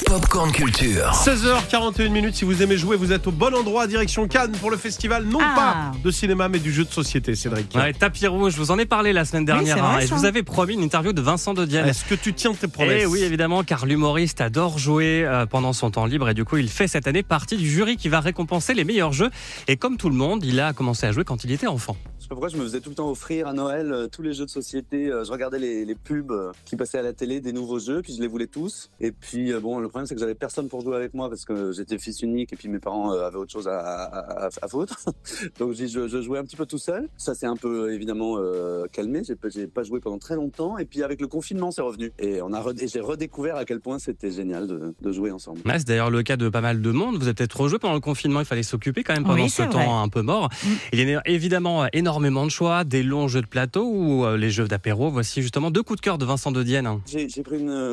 Popcorn Culture. 16h41, si vous aimez jouer, vous êtes au bon endroit, direction Cannes pour le festival, non pas de cinéma, mais du jeu de société, Cédric. Ouais, tapis rouge, je vous en ai parlé la semaine dernière, c'est vrai, et je vous avais promis une interview de Vincent de Dienne. Est-ce que tu tiens tes promesses ? Eh oui, évidemment, car l'humoriste adore jouer pendant son temps libre, et du coup, il fait cette année partie du jury qui va récompenser les meilleurs jeux. Et comme tout le monde, il a commencé à jouer quand il était enfant. Je sais pas pourquoi je me faisais tout le temps offrir à Noël tous les jeux de société. Je regardais les pubs qui passaient à la télé des nouveaux jeux, puis je les voulais tous. Et puis bon, le problème c'est que j'avais personne pour jouer avec moi parce que j'étais fils unique et puis mes parents avaient autre chose à foutre. Donc je jouais un petit peu tout seul. Ça s'est un peu évidemment calmé. J'ai pas joué pendant très longtemps. Et puis avec le confinement, c'est revenu. Et j'ai redécouvert à quel point c'était génial de jouer ensemble. Ouais, c'est d'ailleurs le cas de pas mal de monde. Vous avez peut-être rejoué pendant le confinement. Il fallait s'occuper quand même pendant ce temps un peu mort. Il y a évidemment énormément de choix, des longs jeux de plateau ou les jeux d'apéro. Voici justement 2 coups de cœur de Vincent de Dienne. J'ai pris un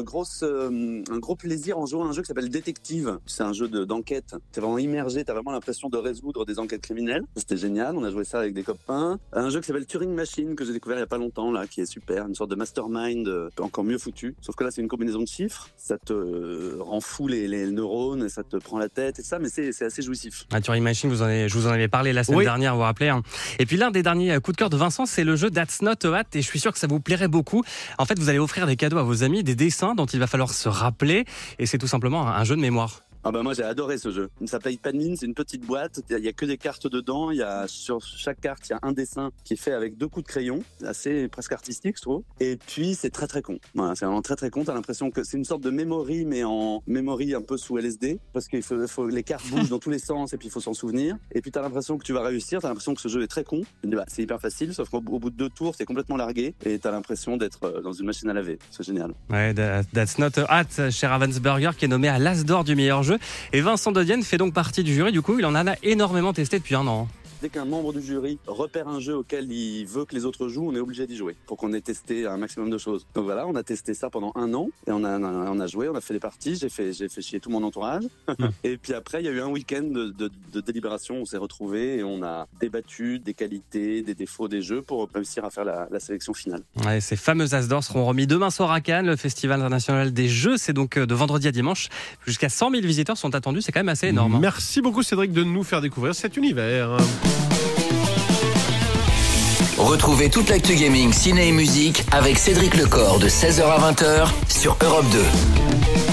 gros plaisir en jouant à un jeu qui s'appelle Détective. C'est un jeu d'enquête. T'es vraiment immergé, t'as vraiment l'impression de résoudre des enquêtes criminelles. C'était génial, on a joué ça avec des copains. Un jeu qui s'appelle Turing Machine que j'ai découvert il y a pas longtemps là, qui est super, une sorte de mastermind encore mieux foutu. Sauf que là c'est une combinaison de chiffres, ça te rend fou les neurones, et ça te prend la tête et ça, mais c'est assez jouissif. Turing Machine, je vous en avais parlé la semaine dernière, vous vous rappelez. Et puis l'un des derniers coups de cœur de Vincent, c'est le jeu That's Not a Hat, et je suis sûr que ça vous plairait beaucoup. En fait, vous allez offrir des cadeaux à vos amis, des dessins dont il va falloir se rappeler, et c'est tout simplement un jeu de mémoire. Ah bah moi j'ai adoré ce jeu. Ça s'appelle Panine, c'est une petite boîte, il y a que des cartes dedans, sur chaque carte il y a un dessin qui est fait avec 2 coups de crayon, assez presque artistique je trouve. Et puis c'est très très con. Voilà, c'est vraiment très très con, t'as l'impression que c'est une sorte de memory mais en memory un peu sous LSD parce qu'il faut les cartes bougent dans tous les sens et puis il faut s'en souvenir. Et puis t'as l'impression que tu vas réussir, t'as l'impression que ce jeu est très con. C'est hyper facile sauf qu'au bout de 2 tours t'es complètement largué et t'as l'impression d'être dans une machine à laver. C'est génial. Ouais, That's Not a Hat chez Ravensburger qui est nommé à l'As d'or du meilleur jeu. Et Vincent de Dienne fait donc partie du jury, du coup il en a énormément testé depuis 1 an. Dès qu'un membre du jury repère un jeu auquel il veut que les autres jouent, on est obligé d'y jouer pour qu'on ait testé un maximum de choses. Donc voilà, on a testé ça pendant 1 an et on a joué, on a fait des parties, j'ai fait chier tout mon entourage. Et puis après, il y a eu un week-end de délibération, on s'est retrouvés et on a débattu des qualités, des défauts des jeux pour réussir à faire la sélection finale. Ouais, ces fameux As d'or seront remis demain soir à Cannes, le Festival international des jeux. C'est donc de vendredi à dimanche. Jusqu'à 100 000 visiteurs sont attendus, c'est quand même assez énorme. Merci beaucoup Cédric de nous faire découvrir cet univers. Retrouvez toute l'actu gaming, ciné et musique avec Cédric Lecor de 16h à 20h sur Europe 2.